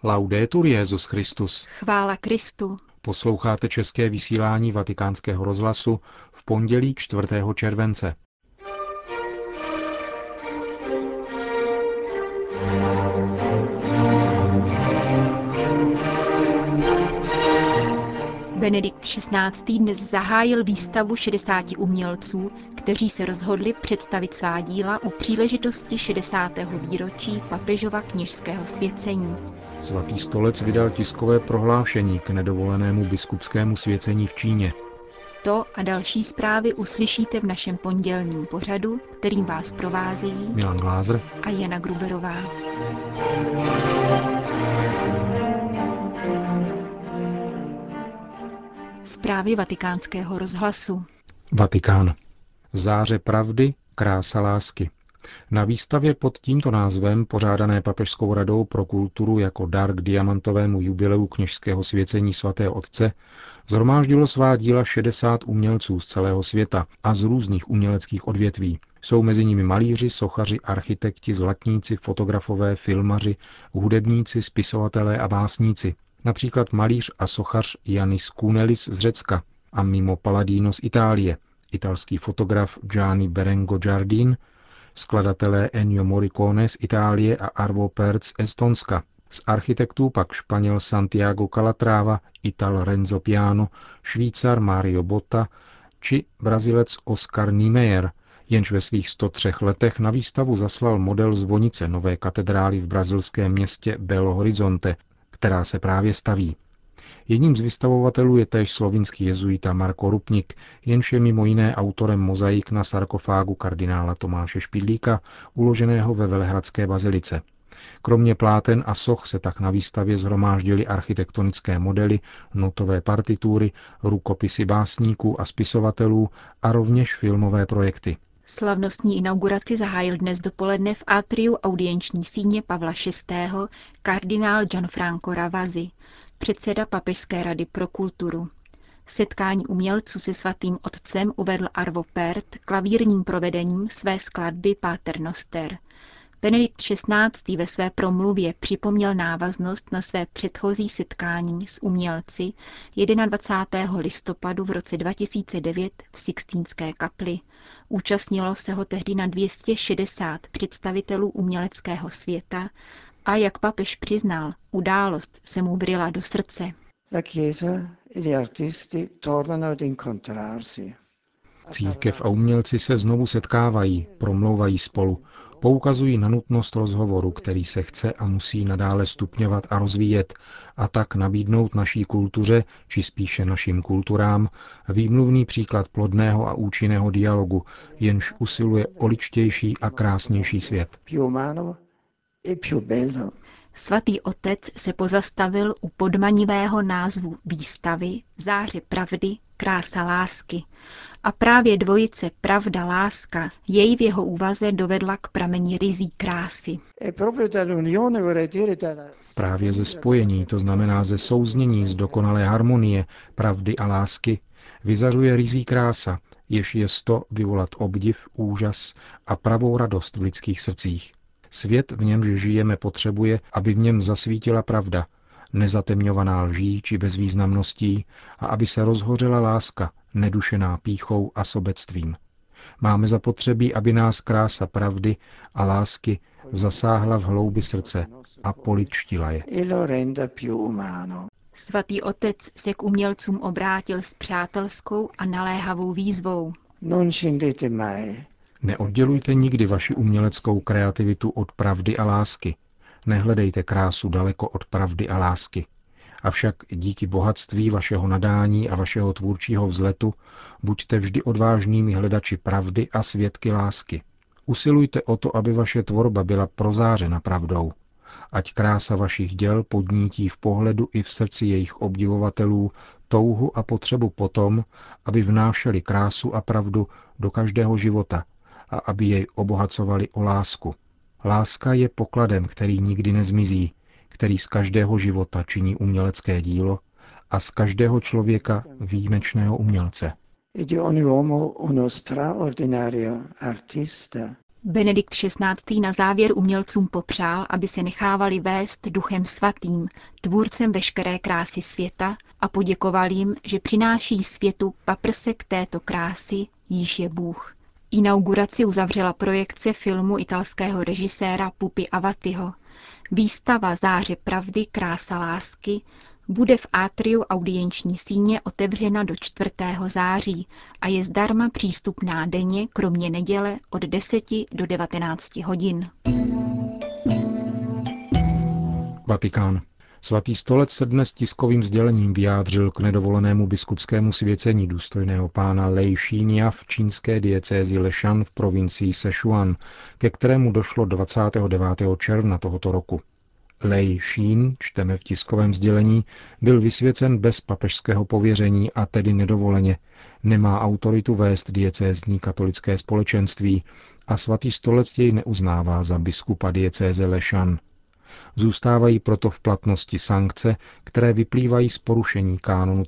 Laudetur Jesus Christus. Chvála Kristu. Posloucháte české vysílání Vatikánského rozhlasu v pondělí 4. července. Benedikt XVI. Dnes zahájil výstavu 60 umělců, kteří se rozhodli představit svá díla u příležitosti 60. výročí papežova kněžského svěcení. Svatý stolec vydal tiskové prohlášení k nedovolenému biskupskému svěcení v Číně. To a další zprávy uslyšíte v našem pondělním pořadu, kterým vás provázejí Milan Glázer a Jana Gruberová. Zprávy Vatikánského rozhlasu. Vatikán. Záře pravdy, krása lásky. Na výstavě pod tímto názvem, pořádané Papežskou radou pro kulturu jako dar k diamantovému jubileu kněžského svěcení svatého otce, shromáždilo svá díla 60 umělců z celého světa a z různých uměleckých odvětví. Jsou mezi nimi malíři, sochaři, architekti, zlatníci, fotografové, filmaři, hudebníci, spisovatelé a básníci. Například malíř a sochař Janis Kounelis z Řecka a Mimo Palladino z Itálie, italský fotograf Gianni Berengo Giardin, skladatelé Ennio Morricone z Itálie a Arvo Pärt z Estonska. Z architektů pak Španěl Santiago Calatrava, Ital Renzo Piano, Švýcar Mario Botta či Brazilec Oscar Niemeyer, jenž ve svých 103 letech na výstavu zaslal model zvonice nové katedrály v brazilském městě Belo Horizonte, která se právě staví. Jedním z vystavovatelů je též slovinský jezuita Marko Rupnik, jenž je mimo jiné autorem mozaik na sarkofágu kardinála Tomáše Špidlíka, uloženého ve Velehradské bazilice. Kromě pláten a soch se tak na výstavě shromáždily architektonické modely, notové partitury, rukopisy básníků a spisovatelů a rovněž filmové projekty. Slavnostní inauguraci zahájil dnes dopoledne v atriu audienční síně Pavla VI. Kardinál Gianfranco Ravasi, předseda Papežské rady pro kulturu. Setkání umělců se svatým otcem uvedl Arvo Pärt klavírním provedením své skladby Pater Noster. Benedikt XVI. Ve své promluvě připomněl návaznost na své předchozí setkání s umělci 21. listopadu v roce 2009 v Sixtínské kapli. Účastnilo se ho tehdy na 260 představitelů uměleckého světa a jak papež přiznal, událost se mu vryla do srdce. Církev a umělci se znovu setkávají, promlouvají spolu, poukazují na nutnost rozhovoru, který se chce a musí nadále stupňovat a rozvíjet, a tak nabídnout naší kultuře, či spíše našim kulturám, výmluvný příklad plodného a účinného dialogu, jenž usiluje o ličtější a krásnější svět. Svatý otec se pozastavil u podmanivého názvu výstavy Záře pravdy, krása lásky. A právě dvojice pravda-láska jej v jeho úvaze dovedla k prameni ryzí krásy. Právě ze spojení, to znamená ze souznění z dokonalé harmonie, pravdy a lásky, vyzařuje ryzí krása, jež je vyvolat obdiv, úžas a pravou radost v lidských srdcích. Svět, v němž žijeme, potřebuje, aby v něm zasvítila pravda, nezatemňovaná lží či bezvýznamností, a aby se rozhořela láska, nedušená pýchou a sobectvím. Máme zapotřebí, aby nás krása pravdy a lásky zasáhla v hloubi srdce a polidštila je. Svatý otec se k umělcům obrátil s přátelskou a naléhavou výzvou. Neoddělujte nikdy vaši uměleckou kreativitu od pravdy a lásky. Nehledejte krásu daleko od pravdy a lásky. Avšak díky bohatství vašeho nadání a vašeho tvůrčího vzletu buďte vždy odvážnými hledači pravdy a svědky lásky. Usilujte o to, aby vaše tvorba byla prozářena pravdou. Ať krása vašich děl podnítí v pohledu i v srdci jejich obdivovatelů touhu a potřebu potom, aby vnášeli krásu a pravdu do každého života a aby jej obohacovali o lásku. Láska je pokladem, který nikdy nezmizí, který z každého života činí umělecké dílo a z každého člověka výjimečného umělce. Benedikt XVI. Na závěr umělcům popřál, aby se nechávali vést Duchem svatým, tvůrcem veškeré krásy světa, a poděkoval jim, že přináší světu paprsek této krásy, jíž je Bůh. Inauguraci uzavřela projekce filmu italského režiséra Pupi Avatiho. Výstava Záře pravdy, krása lásky bude v atriu audienční síně otevřena do 4. září a je zdarma přístupná denně, kromě neděle od 10 do 19 hodin. Vatikán. Svatý stolec se dnes tiskovým sdělením vyjádřil k nedovolenému biskupskému svěcení důstojného pána Lei Xinia v čínské diecézi Leshan v provincii Sichuan, ke kterému došlo 29. června tohoto roku. Lei Xin, čteme v tiskovém sdělení, byl vysvěcen bez papežského pověření a tedy nedovoleně. Nemá autoritu vést diecézní katolické společenství a svatý stolec jej neuznává za biskupa diecéze Leshan. Zůstávají proto v platnosti sankce, které vyplývají z porušení kánonu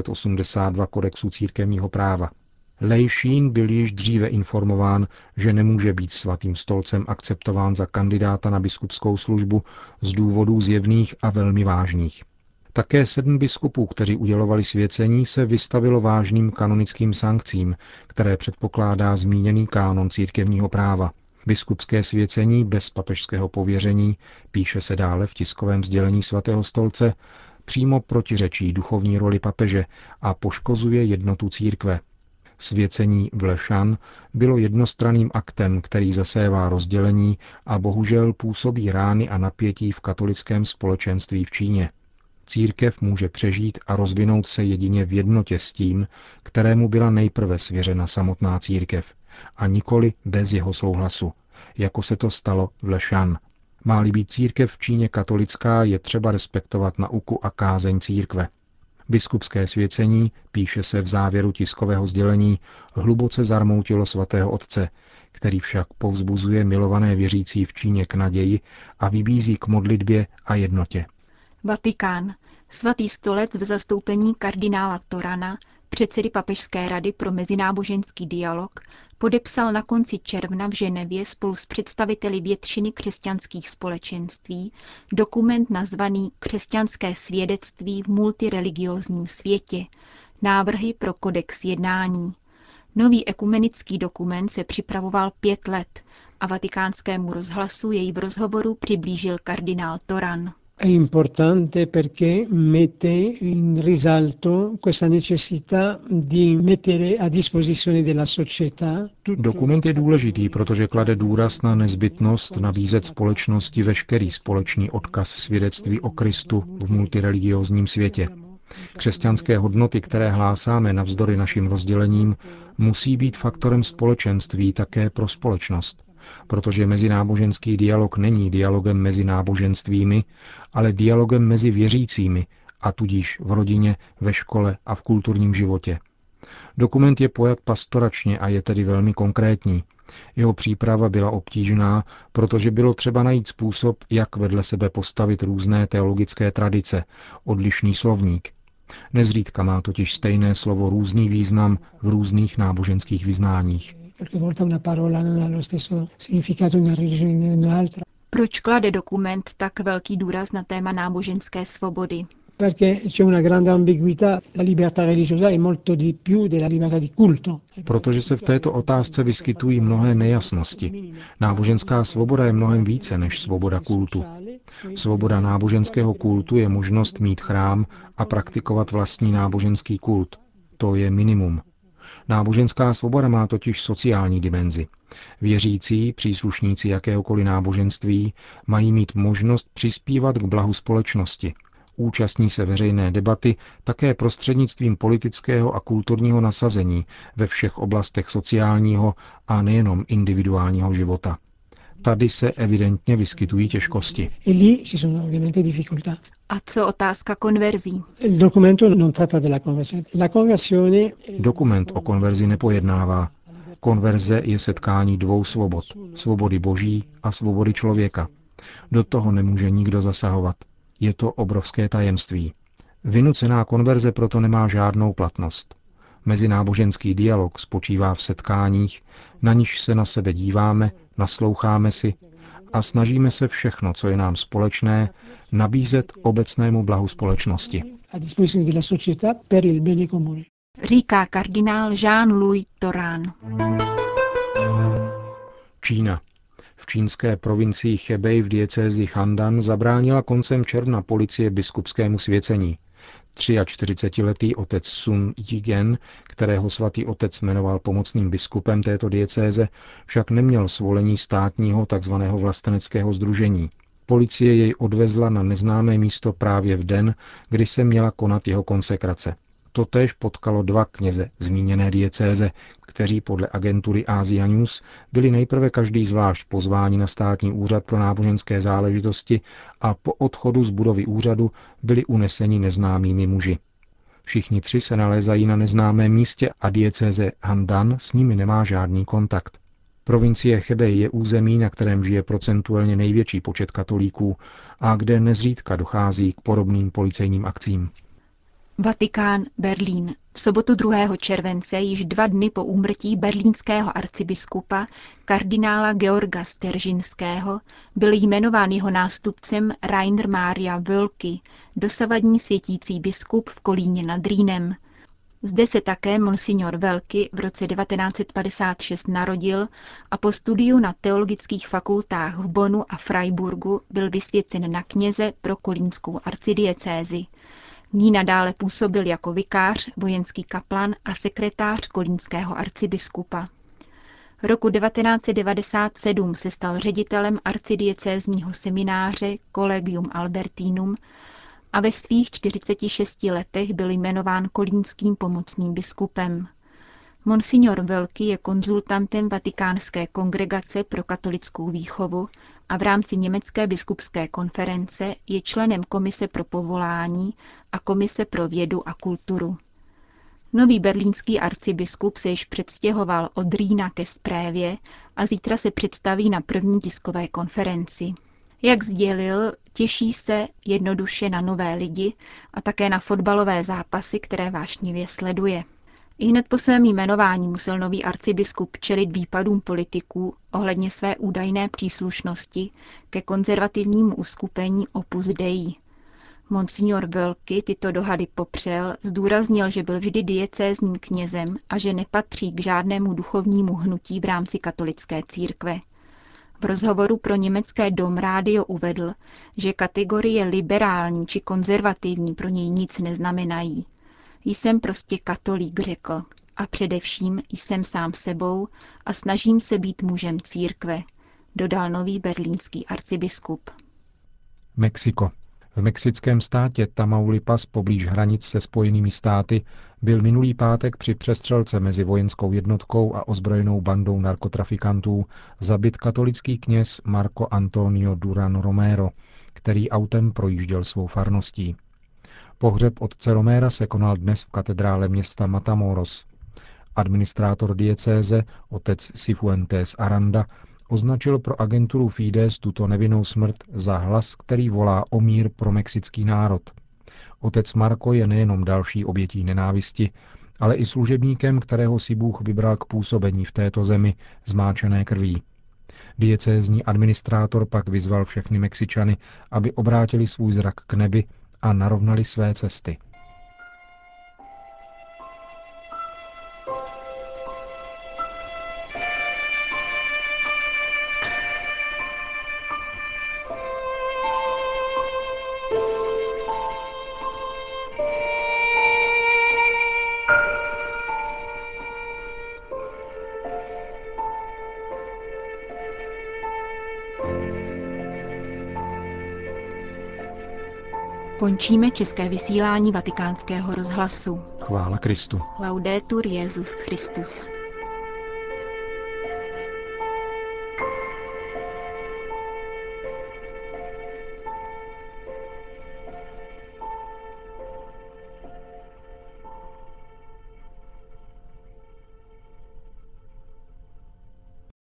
1382 kodexu církevního práva. Lei Xin byl již dříve informován, že nemůže být svatým stolcem akceptován za kandidáta na biskupskou službu z důvodů zjevných a velmi vážných. Také 7 biskupů, kteří udělovali svěcení, se vystavilo vážným kanonickým sankcím, které předpokládá zmíněný kánon církevního práva. Biskupské svěcení bez papežského pověření, píše se dále v tiskovém sdělení svatého stolce, přímo protiřečí duchovní roli papeže a poškozuje jednotu církve. Svěcení v Leshan bylo jednostranným aktem, který zasévá rozdělení a bohužel působí rány a napětí v katolickém společenství v Číně. Církev může přežít a rozvinout se jedině v jednotě s tím, kterému byla nejprve svěřena samotná církev, a nikoli bez jeho souhlasu, jako se to stalo v Leshan. Má-li být církev v Číně katolická, je třeba respektovat nauku a kázeň církve. Biskupské svěcení, píše se v závěru tiskového sdělení, hluboce zarmoutilo svatého otce, který však povzbuzuje milované věřící v Číně k naději a vybízí k modlitbě a jednotě. Vatikán. Svatý stolec v zastoupení kardinála Torana, předsedy Papežské rady pro mezináboženský dialog, podepsal na konci června v Ženevě spolu s představiteli většiny křesťanských společenství dokument nazvaný Křesťanské svědectví v multireligiózním světě, návrhy pro kodex jednání. Nový ekumenický dokument se připravoval 5 let a Vatikánskému rozhlasu jej v rozhovoru přiblížil kardinál Toran. È importante perché mette in risalto questa necessità di mettere a disposizione della società. Dokument je důležitý, protože klade důraz na nezbytnost nabízet společnosti veškerý společný odkaz svědectví o Kristu v multireligiózním světě. Křesťanské hodnoty, které hlásáme navzdory našim rozdělením, musí být faktorem společenství také pro společnost. Protože mezináboženský dialog není dialogem mezi náboženstvími, ale dialogem mezi věřícími, a tudíž v rodině, ve škole a v kulturním životě. Dokument je pojat pastoračně a je tedy velmi konkrétní. Jeho příprava byla obtížná, protože bylo třeba najít způsob, jak vedle sebe postavit různé teologické tradice, odlišný slovník. Nezřídka má totiž stejné slovo různý význam v různých náboženských vyznáních. Proč klade dokument tak velký důraz na téma náboženské svobody? Protože se v této otázce vyskytují mnohé nejasnosti. Náboženská svoboda je mnohem více než svoboda kultu. Svoboda náboženského kultu je možnost mít chrám a praktikovat vlastní náboženský kult. To je minimum. Náboženská svoboda má totiž sociální dimenzi. Věřící, příslušníci jakéhokoliv náboženství, mají mít možnost přispívat k blahu společnosti. Účastní se veřejné debaty také prostřednictvím politického a kulturního nasazení ve všech oblastech sociálního a nejenom individuálního života. Tady se evidentně vyskytují těžkosti. A co otázka konverzí? Dokument o konverzi nepojednává. Konverze je setkání 2 svobod. Svobody boží a svobody člověka. Do toho nemůže nikdo zasahovat. Je to obrovské tajemství. Vynucená konverze proto nemá žádnou platnost. Mezináboženský dialog spočívá v setkáních, na nichž se na sebe díváme, nasloucháme si a snažíme se všechno, co je nám společné, nabízet obecnému blahu společnosti. Říká kardinál Jean-Louis Torán. Čína. V čínské provincii Hebei v diecézi Handan zabránila koncem června policie biskupskému svěcení. 43letý otec Sun Yigen, kterého svatý otec jmenoval pomocným biskupem této diecéze, však neměl svolení státního tzv. Vlasteneckého sdružení. Policie jej odvezla na neznámé místo právě v den, kdy se měla konat jeho konsekrace. Totéž potkalo 2 kněze zmíněné diecéze, kteří podle agentury Asia News byli nejprve každý zvlášť pozváni na státní úřad pro náboženské záležitosti a po odchodu z budovy úřadu byli uneseni neznámými muži. Všichni 3 se nalézají na neznámém místě a diecéze Handan s nimi nemá žádný kontakt. Provincie Hebei je území, na kterém žije procentuálně největší počet katolíků a kde nezřídka dochází k podobným policejním akcím. Vatikán, Berlín. V sobotu 2. července, již 2 dny po úmrtí berlínského arcibiskupa kardinála Georga Steržinského, byl jmenován jeho nástupcem Rainer Maria Wölki, dosavadní světící biskup v Kolíně nad Rýnem. Zde se také monsignor Wölki v roce 1956 narodil a po studiu na teologických fakultách v Bonnu a Freiburgu byl vysvěcen na kněze pro kolínskou arcidiecézi. V ní nadále působil jako vikář, vojenský kaplan a sekretář kolínského arcibiskupa. Roku 1997 se stal ředitelem arcidiecézního semináře Collegium Albertinum a ve svých 46 letech byl jmenován kolínským pomocným biskupem. Monsignor Wölki je konzultantem Vatikánské kongregace pro katolickou výchovu a v rámci Německé biskupské konference je členem Komise pro povolání a Komise pro vědu a kulturu. Nový berlínský arcibiskup se již předstěhoval od Rýna ke Sprévě a zítra se představí na první tiskové konferenci. Jak sdělil, těší se jednoduše na nové lidi a také na fotbalové zápasy, které vášnivě sleduje. Ihned po svém jmenování musel nový arcibiskup čelit výpadům politiků ohledně své údajné příslušnosti ke konzervativnímu uskupení Opus Dei. Monsignor Wölki tyto dohady popřel, zdůraznil, že byl vždy diecézním knězem a že nepatří k žádnému duchovnímu hnutí v rámci katolické církve. V rozhovoru pro německé Dom Radio uvedl, že kategorie liberální či konzervativní pro něj nic neznamenají. Jsem prostě katolík, řekl, a především jsem sám sebou a snažím se být mužem církve, dodal nový berlínský arcibiskup. Mexiko. V mexickém státě Tamaulipas poblíž hranic se Spojenými státy byl minulý pátek při přestřelce mezi vojenskou jednotkou a ozbrojenou bandou narkotrafikantů zabit katolický kněz Marco Antonio Duran Romero, který autem projížděl svou farností. Pohřeb otce Roméra se konal dnes v katedrále města Matamoros. Administrátor diecéze, otec Cifuentes Aranda, označil pro agenturu Fides tuto nevinnou smrt za hlas, který volá o mír pro mexický národ. Otec Marco je nejenom další obětí nenávisti, ale i služebníkem, kterého si Bůh vybral k působení v této zemi zmáčené krví. Diecézní administrátor pak vyzval všechny Mexičany, aby obrátili svůj zrak k nebi a narovnali své cesty. Končíme české vysílání Vatikánského rozhlasu. Chvála Kristu. Laudetur Jesus Christus.